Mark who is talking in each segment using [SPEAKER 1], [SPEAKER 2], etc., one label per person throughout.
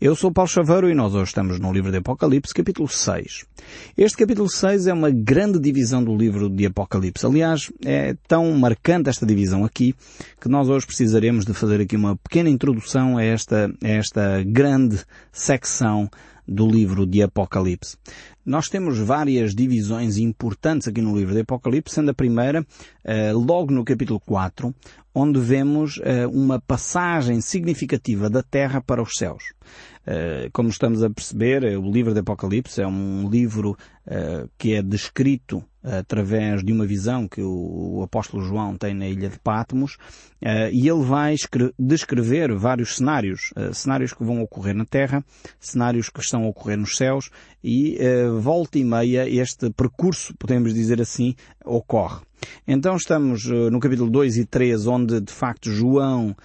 [SPEAKER 1] Eu sou Paulo Chaveiro e nós hoje estamos no livro de Apocalipse, capítulo 6. Este capítulo 6 é uma grande divisão do livro de Apocalipse. Aliás, é tão marcante esta divisão aqui que nós hoje precisaremos de fazer aqui uma pequena introdução a esta grande secção do livro de Apocalipse. Nós temos várias divisões importantes aqui no livro de Apocalipse, sendo a primeira, logo no capítulo 4, onde vemos uma passagem significativa da terra para os céus. Como estamos a perceber, o livro de Apocalipse é um livro que é descrito através de uma visão que o apóstolo João tem na ilha de Patmos, e ele vai descrever vários cenários, cenários que vão ocorrer na terra, cenários que estão a ocorrer nos céus, e volta e meia este percurso, podemos dizer assim, ocorre. Então estamos no capítulo 2 e 3, onde de facto João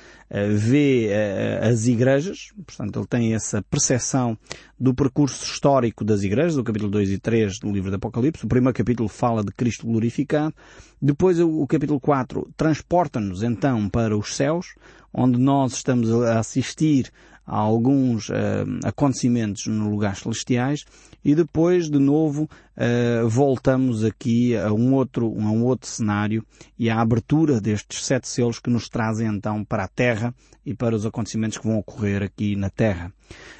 [SPEAKER 1] vê as igrejas, portanto ele tem essa percepção do percurso histórico das igrejas, do capítulo 2 e 3 do livro de Apocalipse. O primeiro capítulo fala de Cristo glorificado, depois o capítulo 4 transporta-nos então para os céus, onde nós estamos a assistir a alguns acontecimentos nos lugares celestiais, e depois de novo voltamos aqui a um outro cenário e à abertura destes 7 selos que nos trazem então para a terra e para os acontecimentos que vão ocorrer aqui na terra.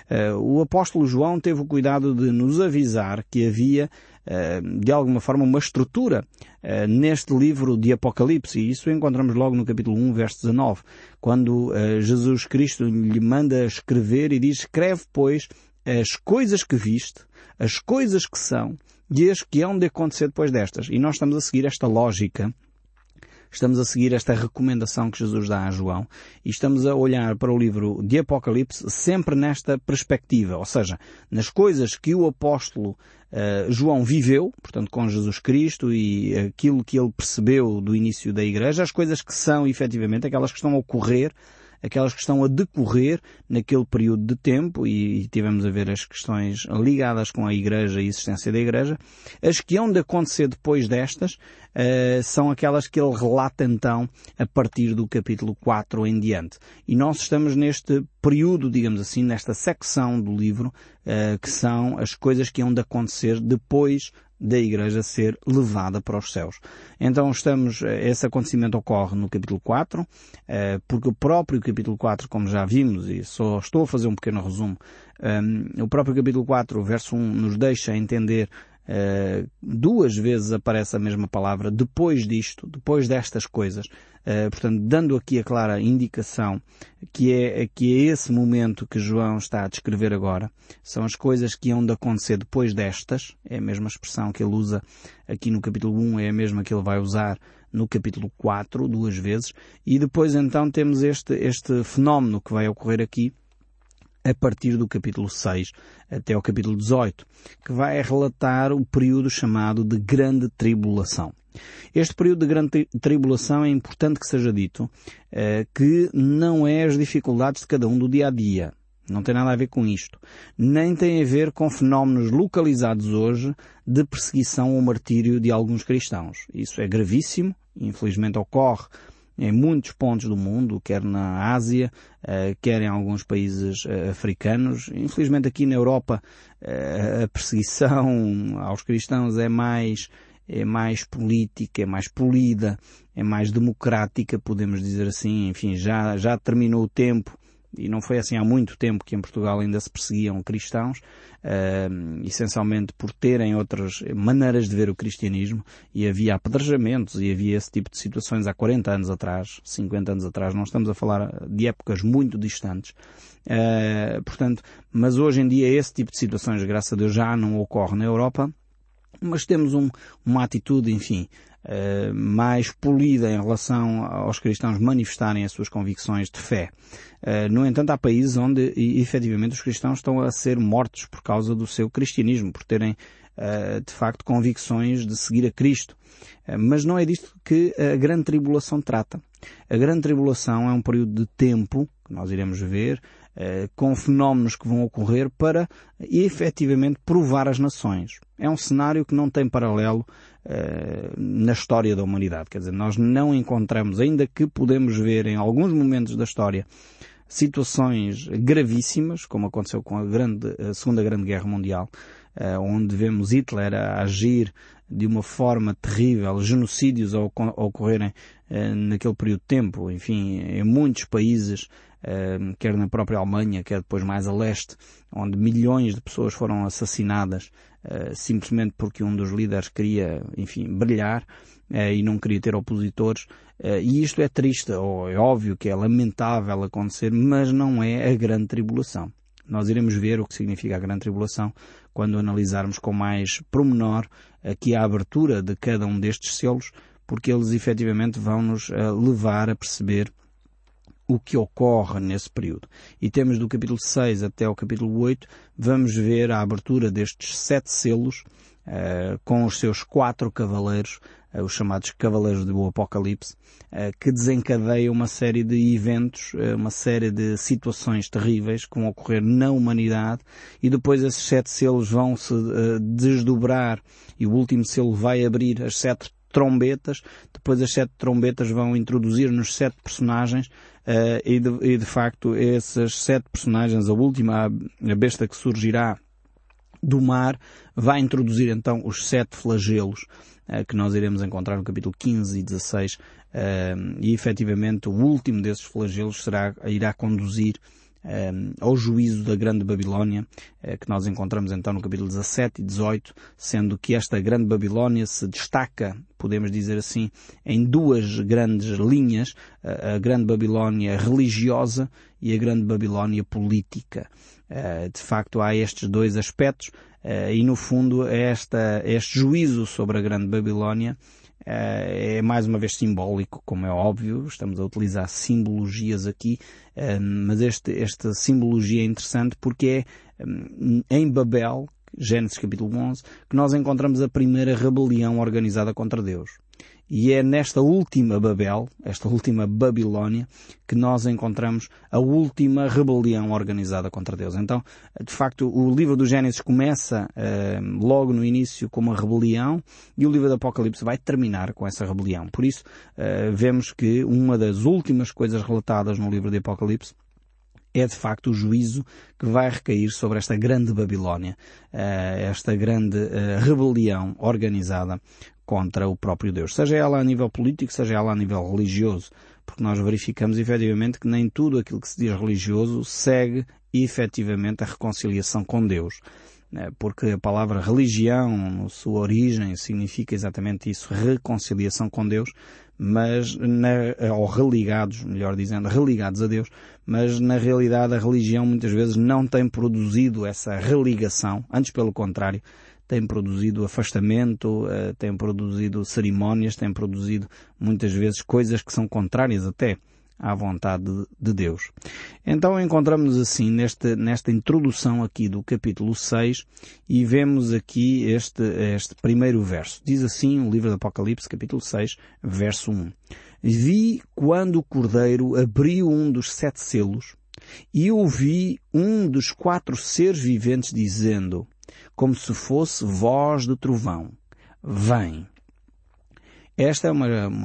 [SPEAKER 1] O apóstolo João teve o cuidado de nos avisar que havia de alguma forma uma estrutura neste livro de Apocalipse, e isso encontramos logo no capítulo 1, verso 19, quando Jesus Cristo lhe manda escrever e diz: escreve, pois, as coisas que viste, as coisas que são e as que hão de acontecer depois destas. E nós estamos a seguir esta lógica, estamos a seguir esta recomendação que Jesus dá a João, e estamos a olhar para o livro de Apocalipse sempre nesta perspectiva, ou seja, nas coisas que o apóstolo João viveu, portanto com Jesus Cristo, e aquilo que ele percebeu do início da igreja, as coisas que são efetivamente aquelas que estão a ocorrer, aquelas que estão a decorrer naquele período de tempo, e tivemos a ver as questões ligadas com a Igreja e a existência da Igreja. As que hão de acontecer depois destas são aquelas que ele relata então a partir do capítulo 4 em diante. E nós estamos neste período, digamos assim, nesta secção do livro, que são as coisas que hão de acontecer depois da Igreja ser levada para os céus. Então esse acontecimento ocorre no capítulo 4, porque o próprio capítulo 4, como já vimos, e só estou a fazer um pequeno resumo, o próprio capítulo 4, verso 1, nos deixa entender, 2 vezes aparece a mesma palavra, depois disto, depois destas coisas, portanto, dando aqui a clara indicação que é esse momento que João está a descrever agora. São as coisas que hão de acontecer depois destas, é a mesma expressão que ele usa aqui no capítulo 1, é a mesma que ele vai usar no capítulo 4, 2 vezes, e depois então temos este fenómeno que vai ocorrer aqui, a partir do capítulo 6 até ao capítulo 18, que vai relatar o período chamado de Grande Tribulação. Este período de Grande Tribulação é importante que seja dito que não é as dificuldades de cada um do dia a dia. Não tem nada a ver com isto. Nem tem a ver com fenómenos localizados hoje de perseguição ou martírio de alguns cristãos. Isso é gravíssimo, infelizmente ocorre em muitos pontos do mundo, quer na Ásia, quer em alguns países africanos. Infelizmente aqui na Europa a perseguição aos cristãos é mais política, é mais polida, é mais democrática, podemos dizer assim. Enfim, já terminou o tempo, e não foi assim há muito tempo, que em Portugal ainda se perseguiam cristãos, essencialmente por terem outras maneiras de ver o cristianismo, e havia apedrejamentos e havia esse tipo de situações há 40 anos atrás, 50 anos atrás. Não estamos a falar de épocas muito distantes. Portanto, mas hoje em dia esse tipo de situações, graças a Deus, já não ocorre na Europa, mas temos uma atitude, enfim, mais polida em relação aos cristãos manifestarem as suas convicções de fé. No entanto, há países onde efetivamente os cristãos estão a ser mortos por causa do seu cristianismo, por terem de facto convicções de seguir a Cristo. Mas não é disto que a Grande Tribulação trata. A Grande Tribulação é um período de tempo, que nós iremos ver, com fenómenos que vão ocorrer para efetivamente provar as nações. É um cenário que não tem paralelo na história da humanidade. Quer dizer, nós não encontramos, ainda que podemos ver em alguns momentos da história situações gravíssimas, como aconteceu com a Segunda Grande Guerra Mundial, onde vemos Hitler a agir de uma forma terrível, genocídios a ocorrerem naquele período de tempo, enfim, em muitos países, quer na própria Alemanha, quer depois mais a leste, onde milhões de pessoas foram assassinadas simplesmente porque um dos líderes queria, enfim, brilhar e não queria ter opositores. E isto é triste, ou é óbvio que é lamentável acontecer, mas não é a grande tribulação. Nós iremos ver o que significa a grande tribulação quando analisarmos com mais pormenor aqui a abertura de cada um destes selos, porque eles efetivamente vão nos levar a perceber o que ocorre nesse período. E temos do capítulo 6 até o capítulo 8, vamos ver a abertura destes 7 selos, com os seus 4 cavaleiros, os chamados Cavaleiros do Apocalipse, que desencadeiam uma série de eventos, uma série de situações terríveis que vão ocorrer na humanidade, e depois esses 7 selos vão se desdobrar, e o último selo vai abrir as 7 trombetas, depois as 7 trombetas vão introduzir-nos 7 personagens, e de facto esses 7 personagens, a última, a besta que surgirá do mar, vai introduzir então os 7 flagelos que nós iremos encontrar no capítulo 15 e 16, e efetivamente o último desses flagelos irá conduzir ao juízo da Grande Babilónia, que nós encontramos então no capítulo 17 e 18, sendo que esta Grande Babilónia se destaca, podemos dizer assim, em 2 grandes linhas, a Grande Babilónia religiosa e a Grande Babilónia política. De facto há estes 2 aspectos, e no fundo este juízo sobre a Grande Babilónia é mais uma vez simbólico, como é óbvio, estamos a utilizar simbologias aqui, mas esta simbologia é interessante porque é em Babel, Gênesis capítulo 11, que nós encontramos a primeira rebelião organizada contra Deus. E é nesta última Babel, esta última Babilónia, que nós encontramos a última rebelião organizada contra Deus. Então, de facto, o livro do Gênesis começa logo no início com uma rebelião, e o livro do Apocalipse vai terminar com essa rebelião. Por isso, vemos que uma das últimas coisas relatadas no livro do Apocalipse é de facto o juízo que vai recair sobre esta grande Babilónia, esta grande rebelião organizada contra o próprio Deus, seja ela a nível político, seja ela a nível religioso, porque nós verificamos efetivamente que nem tudo aquilo que se diz religioso segue efetivamente a reconciliação com Deus, porque a palavra religião, na sua origem, significa exatamente isso, reconciliação com Deus, mas ou religados, melhor dizendo, religados a Deus, mas na realidade a religião muitas vezes não tem produzido essa religação, antes pelo contrário, tem produzido afastamento, tem produzido cerimónias, tem produzido muitas vezes coisas que são contrárias até à vontade de Deus. Então encontramos assim nesta introdução aqui do capítulo 6 e vemos aqui este primeiro verso. Diz assim o livro do Apocalipse, capítulo 6, verso 1. Vi quando o Cordeiro abriu um dos 7 selos e ouvi um dos 4 seres viventes dizendo, como se fosse voz de trovão, vem. Esta é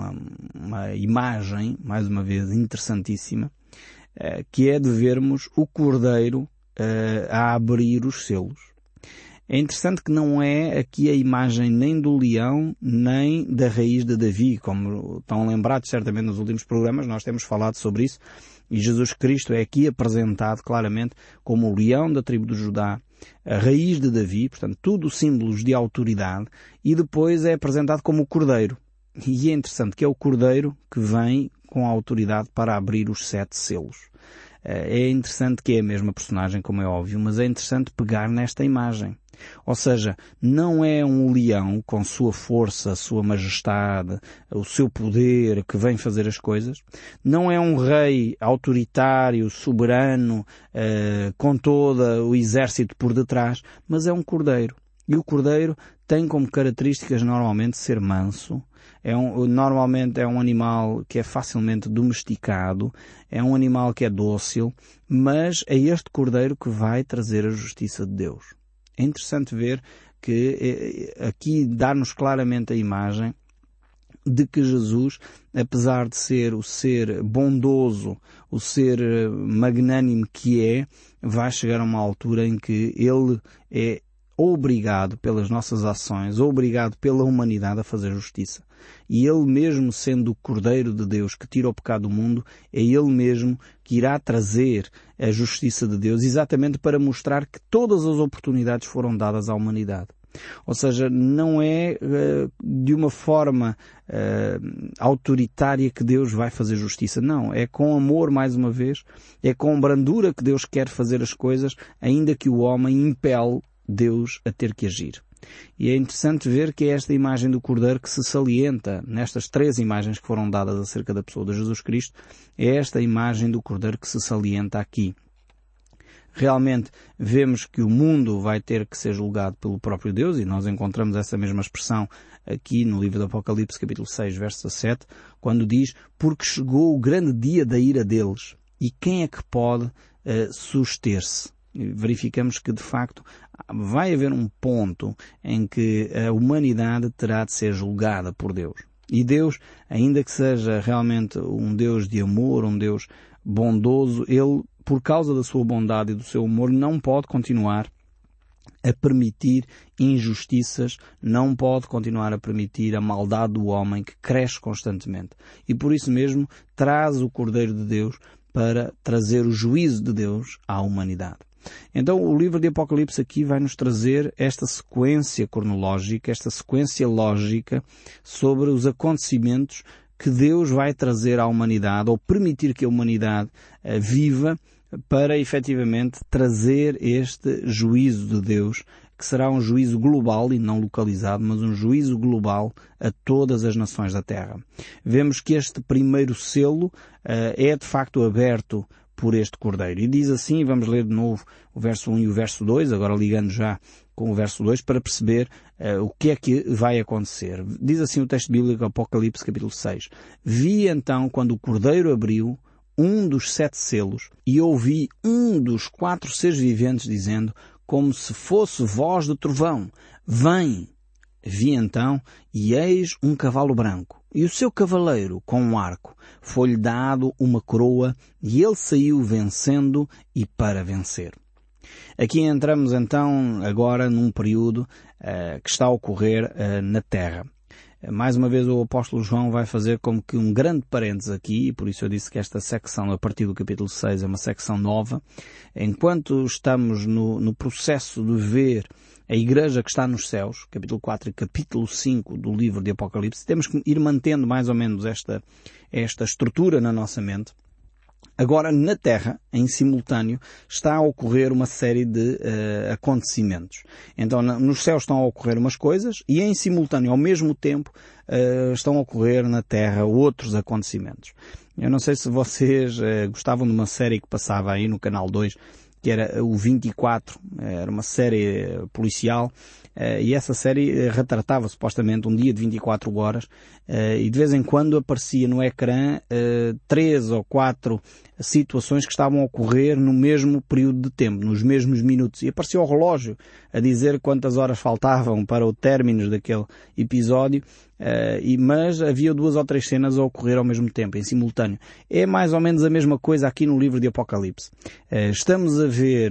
[SPEAKER 1] uma imagem, mais uma vez, interessantíssima, que é de vermos o Cordeiro a abrir os selos. É interessante que não é aqui a imagem nem do leão, nem da raiz de Davi, como estão lembrados certamente nos últimos programas, nós temos falado sobre isso, e Jesus Cristo é aqui apresentado claramente como o leão da tribo de Judá, a raiz de Davi, portanto, tudo símbolos de autoridade, e depois é apresentado como o Cordeiro. E é interessante que é o Cordeiro que vem com a autoridade para abrir os 7 selos. É interessante que é a mesma personagem, como é óbvio, mas é interessante pegar nesta imagem. Ou seja, não é um leão com sua força, a sua majestade, o seu poder que vem fazer as coisas. Não é um rei autoritário, soberano, com todo o exército por detrás, mas é um cordeiro. E o cordeiro tem como características normalmente ser manso, normalmente é um animal que é facilmente domesticado, é um animal que é dócil, mas é este cordeiro que vai trazer a justiça de Deus. É interessante ver que aqui dá-nos claramente a imagem de que Jesus, apesar de ser o ser bondoso, o ser magnânimo que é, vai chegar a uma altura em que ele é obrigado pelas nossas ações, obrigado pela humanidade a fazer justiça. E ele mesmo sendo o Cordeiro de Deus que tira o pecado do mundo, é ele mesmo que irá trazer a justiça de Deus exatamente para mostrar que todas as oportunidades foram dadas à humanidade. Ou seja, não é de uma forma autoritária que Deus vai fazer justiça. Não, é com amor mais uma vez, é com brandura que Deus quer fazer as coisas, ainda que o homem impele Deus a ter que agir. E é interessante ver que é esta imagem do Cordeiro que se salienta nestas 3 imagens que foram dadas acerca da pessoa de Jesus Cristo. É esta imagem do Cordeiro que se salienta aqui. Realmente vemos que o mundo vai ter que ser julgado pelo próprio Deus, e nós encontramos essa mesma expressão aqui no livro do Apocalipse, capítulo 6, verso 17, quando diz: porque chegou o grande dia da ira deles, e quem é que pode suster-se? Verificamos que, de facto, vai haver um ponto em que a humanidade terá de ser julgada por Deus. E Deus, ainda que seja realmente um Deus de amor, um Deus bondoso, Ele, por causa da sua bondade e do seu amor, não pode continuar a permitir injustiças, não pode continuar a permitir a maldade do homem que cresce constantemente. E por isso mesmo traz o Cordeiro de Deus para trazer o juízo de Deus à humanidade. Então o livro de Apocalipse aqui vai nos trazer esta sequência cronológica, esta sequência lógica sobre os acontecimentos que Deus vai trazer à humanidade, ou permitir que a humanidade viva, para efetivamente trazer este juízo de Deus, que será um juízo global e não localizado, mas um juízo global a todas as nações da Terra. Vemos que este primeiro selo é de facto aberto por este Cordeiro. E diz assim, vamos ler de novo o verso 1 e o verso 2, agora ligando já com o verso 2, para perceber o que é que vai acontecer. Diz assim o texto bíblico, Apocalipse capítulo 6. Vi então, quando o Cordeiro abriu um dos 7 selos, e ouvi um dos 4 seres viventes dizendo, como se fosse voz de trovão: vem! Vi então, e eis um cavalo branco, e o seu cavaleiro com um arco. Foi-lhe dado uma coroa, e ele saiu vencendo e para vencer. Aqui entramos então agora num período que está a ocorrer na Terra. Mais uma vez o apóstolo João vai fazer como que um grande parênteses aqui, e por isso eu disse que esta secção, a partir do capítulo 6, é uma secção nova. Enquanto estamos no processo de ver a igreja que está nos céus, capítulo 4 e capítulo 5 do livro de Apocalipse, temos que ir mantendo mais ou menos esta estrutura na nossa mente. Agora, na Terra, em simultâneo, está a ocorrer uma série de acontecimentos. Então, nos céus estão a ocorrer umas coisas e, em simultâneo, ao mesmo tempo, estão a ocorrer na Terra outros acontecimentos. Eu não sei se vocês gostavam de uma série que passava aí no Canal 2, que era o 24, era uma série policial, e essa série retratava supostamente um dia de 24 horas, e de vez em quando aparecia no ecrã 3 ou 4 situações que estavam a ocorrer no mesmo período de tempo, nos mesmos minutos, e aparecia o relógio a dizer quantas horas faltavam para o término daquele episódio, mas havia 2 ou 3 cenas a ocorrer ao mesmo tempo, em simultâneo. É mais ou menos a mesma coisa aqui no livro de Apocalipse. Estamos a ver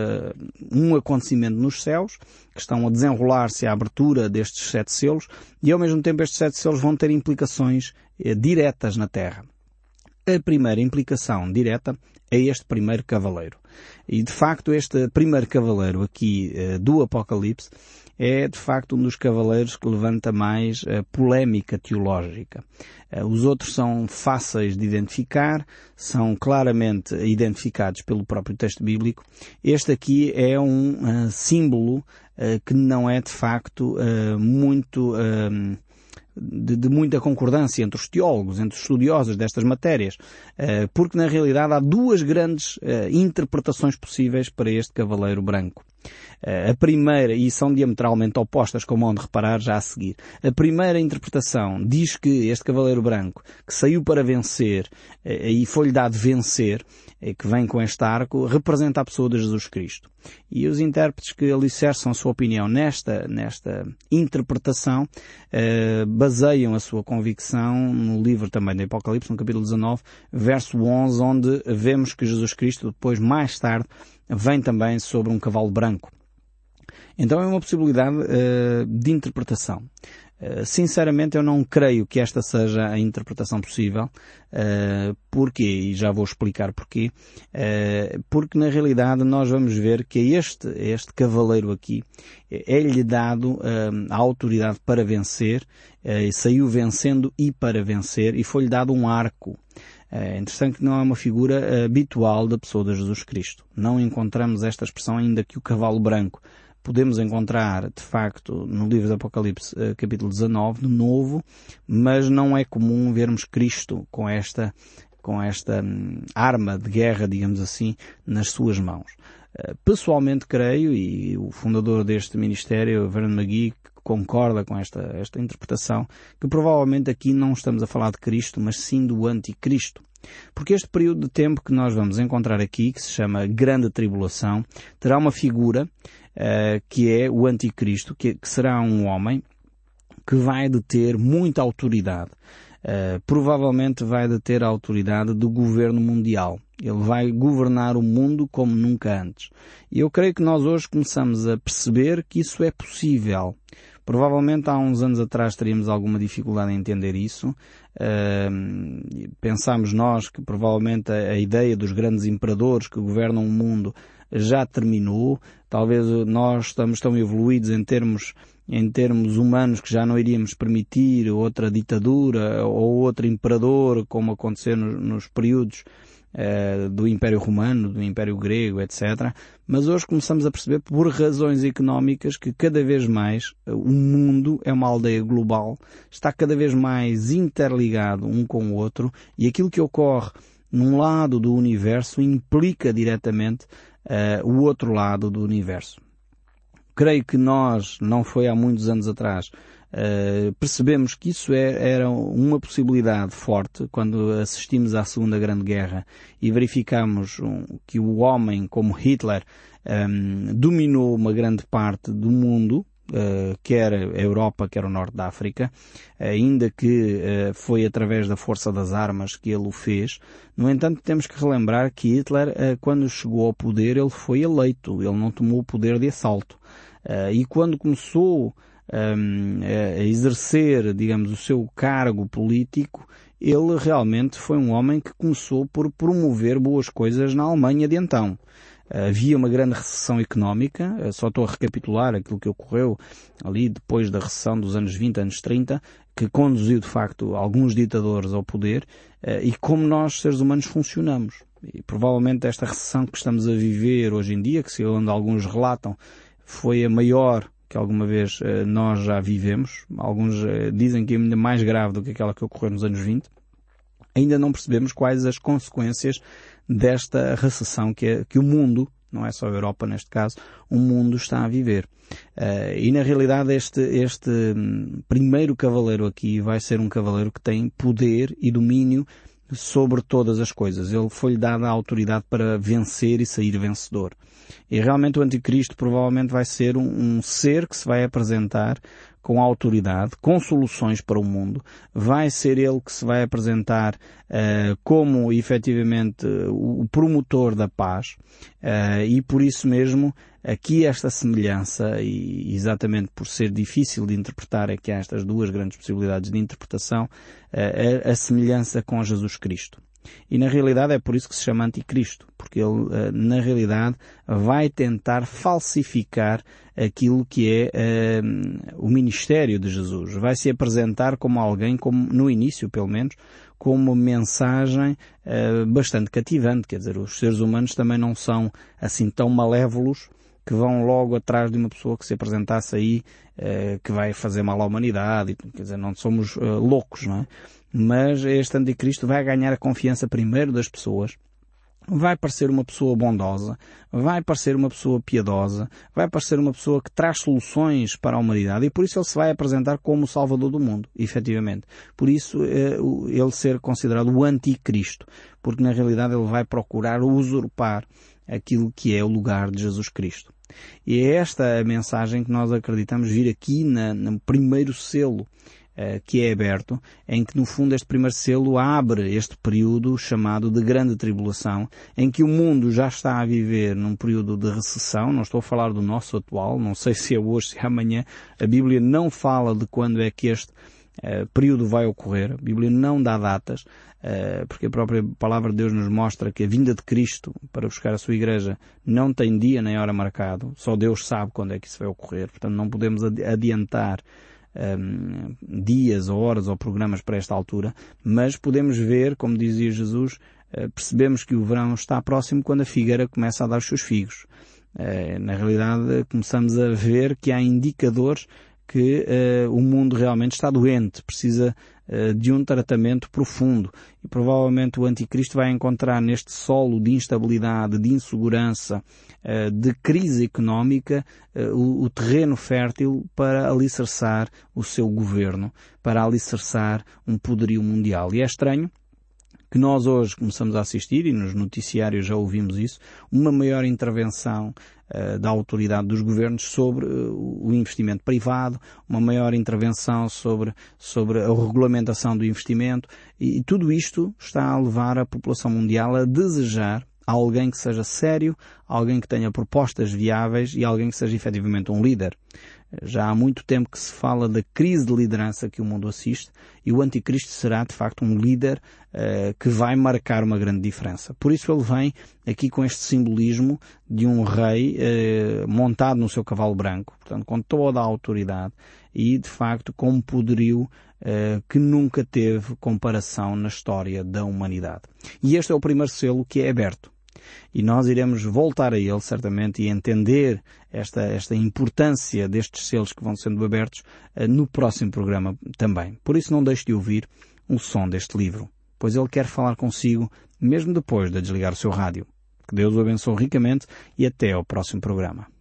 [SPEAKER 1] um acontecimento nos céus, que estão a desenrolar-se a abertura destes 7 selos, e ao mesmo tempo estes 7 selos vão ter implicações diretas na Terra. A primeira implicação direta é este primeiro cavaleiro. E de facto este primeiro cavaleiro aqui do Apocalipse é de facto um dos cavaleiros que levanta mais polémica teológica. Os outros são fáceis de identificar, são claramente identificados pelo próprio texto bíblico. Este aqui é um símbolo que não é de facto muito de muita concordância entre os teólogos, entre os estudiosos destas matérias, porque na realidade há 2 grandes interpretações possíveis para este cavaleiro branco. A primeira, e são diametralmente opostas, como vão de reparar já a seguir. A primeira interpretação diz que este cavaleiro branco, que saiu para vencer, e foi-lhe dado vencer, que vem com este arco, representa a pessoa de Jesus Cristo. E os intérpretes que alicerçam a sua opinião nesta interpretação, baseiam a sua convicção no livro também do Apocalipse, no capítulo 19, verso 11, onde vemos que Jesus Cristo, depois, mais tarde, vem também sobre um cavalo branco. Então é uma possibilidade de interpretação. Sinceramente, eu não creio que esta seja a interpretação possível. Porquê? E já vou explicar porquê. Porque, na realidade, nós vamos ver que este cavaleiro aqui é-lhe dado a autoridade para vencer, saiu vencendo e para vencer, e foi-lhe dado um arco. É interessante que não é uma figura habitual da pessoa de Jesus Cristo. Não encontramos esta expressão, ainda que o cavalo branco. Podemos encontrar, de facto, no livro do Apocalipse, capítulo 19, de novo, mas não é comum vermos Cristo com esta arma de guerra, digamos assim, nas suas mãos. Pessoalmente creio, e o fundador deste ministério, Vernon McGee, concorda com esta interpretação, que provavelmente aqui não estamos a falar de Cristo, mas sim do Anticristo. Porque este período de tempo que nós vamos encontrar aqui, que se chama Grande Tribulação, terá uma figura que é o Anticristo, que será um homem que vai deter muita autoridade. Provavelmente vai deter a autoridade do governo mundial. Ele vai governar o mundo como nunca antes. E eu creio que nós hoje começamos a perceber que isso é possível. Provavelmente há uns anos atrás teríamos alguma dificuldade em entender isso. Pensamos nós que provavelmente a ideia dos grandes imperadores que governam o mundo já terminou. Talvez nós estamos tão evoluídos em termos humanos que já não iríamos permitir outra ditadura ou outro imperador, como aconteceu nos períodos do Império Romano, do Império Grego, etc. Mas hoje começamos a perceber, por razões económicas, que cada vez mais o mundo é uma aldeia global, está cada vez mais interligado um com o outro, e aquilo que ocorre num lado do universo implica diretamente o outro lado do universo. Creio que nós, não foi há muitos anos atrás, percebemos que isso era uma possibilidade forte quando assistimos à Segunda Grande Guerra e verificamos que o homem, como Hitler, dominou uma grande parte do mundo, quer a Europa, quer o Norte da África, ainda que foi através da força das armas que ele o fez. No entanto, temos que relembrar que Hitler, quando chegou ao poder, ele foi eleito, ele não tomou o poder de assalto. E quando começou a exercer, digamos, o seu cargo político, ele realmente foi um homem que começou por promover boas coisas na Alemanha de então. Havia uma grande recessão económica, só estou a recapitular aquilo que ocorreu ali depois da recessão dos anos 20, anos 30, que conduziu de facto alguns ditadores ao poder, e como nós, seres humanos, funcionamos. E provavelmente esta recessão que estamos a viver hoje em dia, que segundo alguns relatam, foi a maior que alguma vez nós já vivemos. Alguns dizem que é ainda mais grave do que aquela que ocorreu nos anos 20. Ainda não percebemos quais as consequências desta recessão que o mundo, não é só a Europa neste caso, o mundo está a viver. E na realidade este primeiro cavaleiro aqui vai ser um cavaleiro que tem poder e domínio sobre todas as coisas. Ele foi-lhe dada a autoridade para vencer e sair vencedor. E realmente o Anticristo provavelmente vai ser um ser que se vai apresentar com autoridade, com soluções para o mundo. Vai ser ele que se vai apresentar como efetivamente o promotor da paz, e por isso mesmo aqui esta semelhança, e exatamente por ser difícil de interpretar, é que há estas duas grandes possibilidades de interpretação, a semelhança com Jesus Cristo. E na realidade é por isso que se chama Anticristo, porque ele na realidade vai tentar falsificar aquilo que é o ministério de Jesus. Vai se apresentar como alguém, como no início pelo menos, com uma mensagem bastante cativante. Quer dizer, os seres humanos também não são assim tão malévolos que vão logo atrás de uma pessoa que se apresentasse aí que vai fazer mal à humanidade. Quer dizer, não somos loucos, não é? Mas este Anticristo vai ganhar a confiança primeiro das pessoas, vai parecer uma pessoa bondosa, vai parecer uma pessoa piedosa, vai parecer uma pessoa que traz soluções para a humanidade e por isso ele se vai apresentar como o Salvador do mundo, efetivamente. Por isso ele ser considerado o anticristo, porque na realidade ele vai procurar usurpar aquilo que é o lugar de Jesus Cristo. E é esta a mensagem que nós acreditamos vir aqui no primeiro selo que é aberto, em que no fundo este primeiro selo abre este período chamado de grande tribulação, em que o mundo já está a viver num período de recessão. Não estou a falar do nosso atual, não sei se é hoje, se é amanhã. A Bíblia não fala de quando é que este período vai ocorrer. A Bíblia não dá datas, porque a própria palavra de Deus nos mostra que a vinda de Cristo para buscar a sua igreja não tem dia nem hora marcado. Só Deus sabe quando é que isso vai ocorrer. Portanto, não podemos adiantar dias ou horas ou programas para esta altura, mas podemos ver, como dizia Jesus, percebemos que o verão está próximo quando a figueira começa a dar os seus figos. Na realidade, começamos a ver que há indicadores que o mundo realmente está doente, precisa de um tratamento profundo. E provavelmente o anticristo vai encontrar neste solo de instabilidade, de insegurança, de crise económica, o terreno fértil para alicerçar o seu governo, para alicerçar um poderio mundial. E é estranho que nós hoje começamos a assistir, e nos noticiários já ouvimos isso, uma maior intervenção da autoridade dos governos sobre o investimento privado, uma maior intervenção sobre a regulamentação do investimento, e tudo isto está a levar a população mundial a desejar alguém que seja sério, alguém que tenha propostas viáveis e alguém que seja efetivamente um líder. Já há muito tempo que se fala da crise de liderança que o mundo assiste e o anticristo será de facto um líder que vai marcar uma grande diferença. Por isso ele vem aqui com este simbolismo de um rei montado no seu cavalo branco, portanto com toda a autoridade e de facto com um poderio que nunca teve comparação na história da humanidade. E este é o primeiro selo que é aberto. E nós iremos voltar a ele, certamente, e entender esta importância destes selos que vão sendo abertos no próximo programa também. Por isso não deixe de ouvir o som deste livro, pois ele quer falar consigo mesmo depois de desligar o seu rádio. Que Deus o abençoe ricamente e até ao próximo programa.